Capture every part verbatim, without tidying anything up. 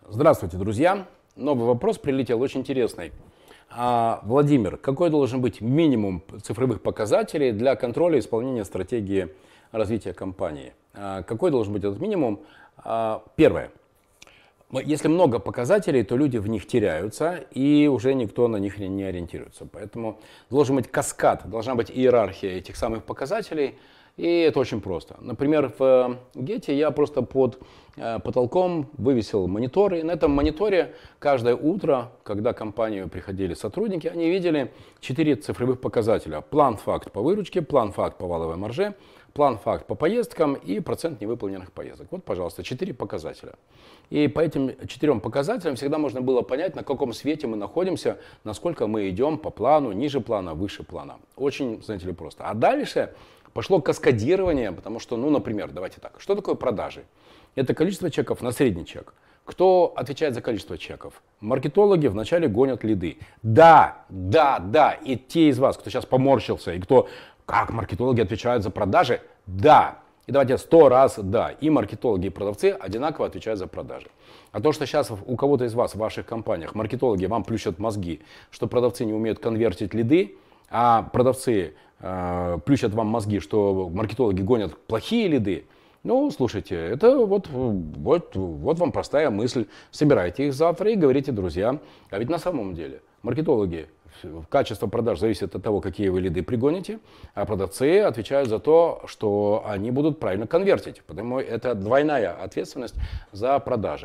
Здравствуйте, друзья! Новый вопрос прилетел, очень интересный. А, Владимир, какой должен быть минимум цифровых показателей для контроля исполнения стратегии развития компании? А, какой должен быть этот минимум? А, первое. Если много показателей, то люди в них теряются, и уже никто на них не ориентируется. Поэтому должен быть каскад, должна быть иерархия этих самых показателей. И это очень просто. Например, в Гете я просто под потолком вывесил монитор. И на этом мониторе каждое утро, когда в компанию приходили сотрудники, они видели четыре цифровых показателя. План-факт по выручке, план-факт по валовой марже, план-факт по поездкам и процент невыполненных поездок. Вот, пожалуйста, четыре показателя. И по этим четырем показателям всегда можно было понять, на каком свете мы находимся, насколько мы идем по плану, ниже плана, выше плана. Очень, знаете ли, просто. А дальше пошло каскадирование, потому что, ну, например, давайте так, что такое продажи? Это количество чеков на средний чек. Кто отвечает за количество чеков? Маркетологи вначале гонят лиды. Да, да, да, и те из вас, кто сейчас поморщился, и кто, как маркетологи отвечают за продажи? Да. И давайте сто раз да. И маркетологи, и продавцы одинаково отвечают за продажи. А то, что сейчас у кого-то из вас в ваших компаниях маркетологи вам плющат мозги, что продавцы не умеют конвертить лиды, а продавцы э, плющат вам мозги, что маркетологи гонят плохие лиды, ну, слушайте, это вот, вот, вот вам простая мысль. Собирайте их завтра и говорите, друзья, а ведь на самом деле маркетологи, качество продаж зависит от того, какие вы лиды пригоните, а продавцы отвечают за то, что они будут правильно конвертить. Потому это двойная ответственность за продажи.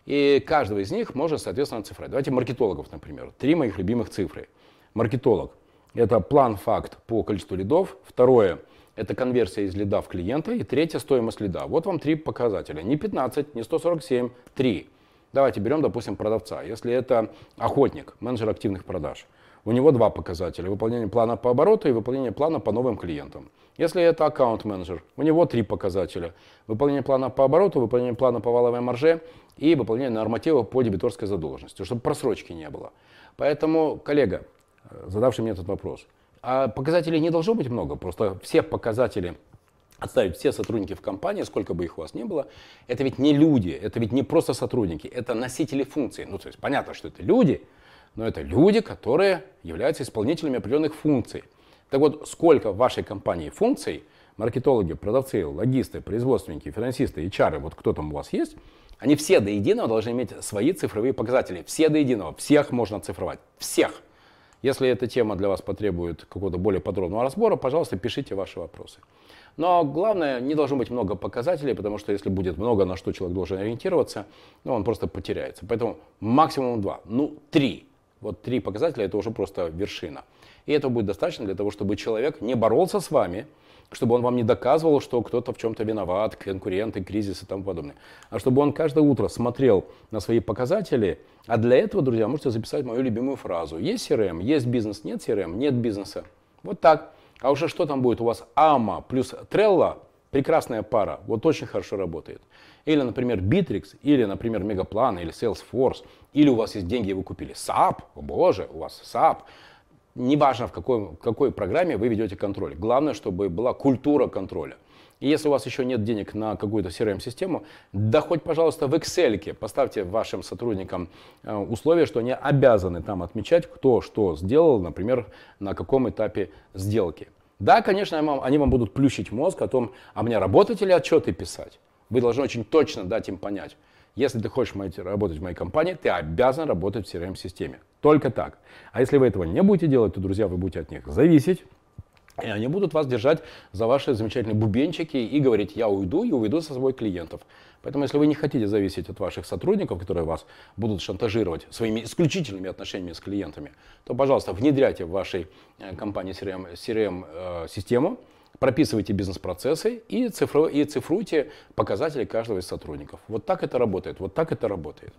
И каждого из них может, соответственно, цифровать. Давайте маркетологов, например. Три моих любимых цифры. Маркетолог – это план-факт по количеству лидов. Второе – это конверсия из лида в клиента. И третье – стоимость лида. Вот вам три показателя. Не пятнадцать, не сто сорок семь, три. Давайте берем, допустим, продавца. Если это охотник, менеджер активных продаж, у него два показателя. Выполнение плана по обороту и выполнение плана по новым клиентам. Если это аккаунт-менеджер, у него три показателя. Выполнение плана по обороту, выполнение плана по валовой марже и выполнение нормативов по дебиторской задолженности, чтобы просрочки не было. Поэтому, коллега, задавший мне этот вопрос, а показателей не должно быть много, просто все показатели отставить, все сотрудники в компании, сколько бы их у вас ни было, это ведь не люди, это ведь не просто сотрудники, это носители функций. Ну, то есть понятно, что это люди, но это люди, которые являются исполнителями определенных функций. Так вот, сколько в вашей компании функций, маркетологи, продавцы, логисты, производственники, финансисты, эйч ар, вот кто там у вас есть, они все до единого должны иметь свои цифровые показатели. Все до единого, всех можно цифровать, всех. Если эта тема для вас потребует какого-то более подробного разбора, пожалуйста, пишите ваши вопросы. Но главное, не должно быть много показателей, потому что если будет много, на что человек должен ориентироваться, ну, он просто потеряется. Поэтому максимум два, ну, три. Вот три показателя – это уже просто вершина. И этого будет достаточно для того, чтобы человек не боролся с вами, чтобы он вам не доказывал, что кто-то в чем-то виноват, конкуренты, кризис и тому подобное. А чтобы он каждое утро смотрел на свои показатели. А для этого, друзья, можете записать мою любимую фразу. Есть си эр эм, есть бизнес, нет си эр эм, нет бизнеса. Вот так. А уже что там будет у вас? ама плюс Trello, прекрасная пара, вот очень хорошо работает. Или, например, Bittrex, или, например, Мегаплан, или Salesforce. Или у вас есть деньги, и вы купили сап, о боже, у вас сап. Неважно, в какой, в какой программе вы ведете контроль. Главное, чтобы была культура контроля. И если у вас еще нет денег на какую-то си эр эм-систему, да хоть, пожалуйста, в Excel поставьте вашим сотрудникам условия, что они обязаны там отмечать, кто что сделал, например, на каком этапе сделки. Да, конечно, они вам будут плющить мозг о том, а мне работать или отчеты писать. Вы должны очень точно дать им понять. Если ты хочешь работать в моей компании, ты обязан работать в си эр эм-системе. Только так. А если вы этого не будете делать, то, друзья, вы будете от них зависеть. И они будут вас держать за ваши замечательные бубенчики и говорить, я уйду и уведу со собой клиентов. Поэтому, если вы не хотите зависеть от ваших сотрудников, которые вас будут шантажировать своими исключительными отношениями с клиентами, то, пожалуйста, внедряйте в вашей компании си эр эм-систему, прописывайте бизнес-процессы и, цифру, и цифруйте показатели каждого из сотрудников. Вот так это работает, вот так это работает.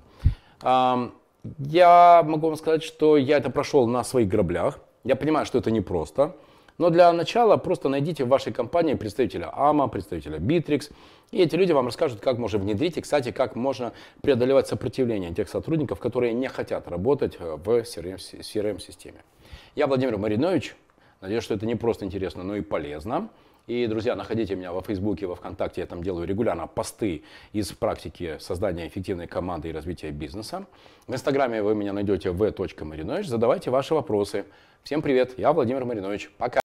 Я могу вам сказать, что я это прошел на своих граблях. Я понимаю, что это непросто. Но для начала просто найдите в вашей компании представителя ама, представителя Bittrex. И эти люди вам расскажут, как можно внедрить. И, кстати, как можно преодолевать сопротивление тех сотрудников, которые не хотят работать в си эр эм-системе. Я Владимир Маринович. Надеюсь, что это не просто интересно, но и полезно. И, друзья, находите меня во Фейсбуке, во Вконтакте. Я там делаю регулярно посты из практики создания эффективной команды и развития бизнеса. В Инстаграме вы меня найдете в точка маринович. Задавайте ваши вопросы. Всем привет, я Владимир Маринович. Пока.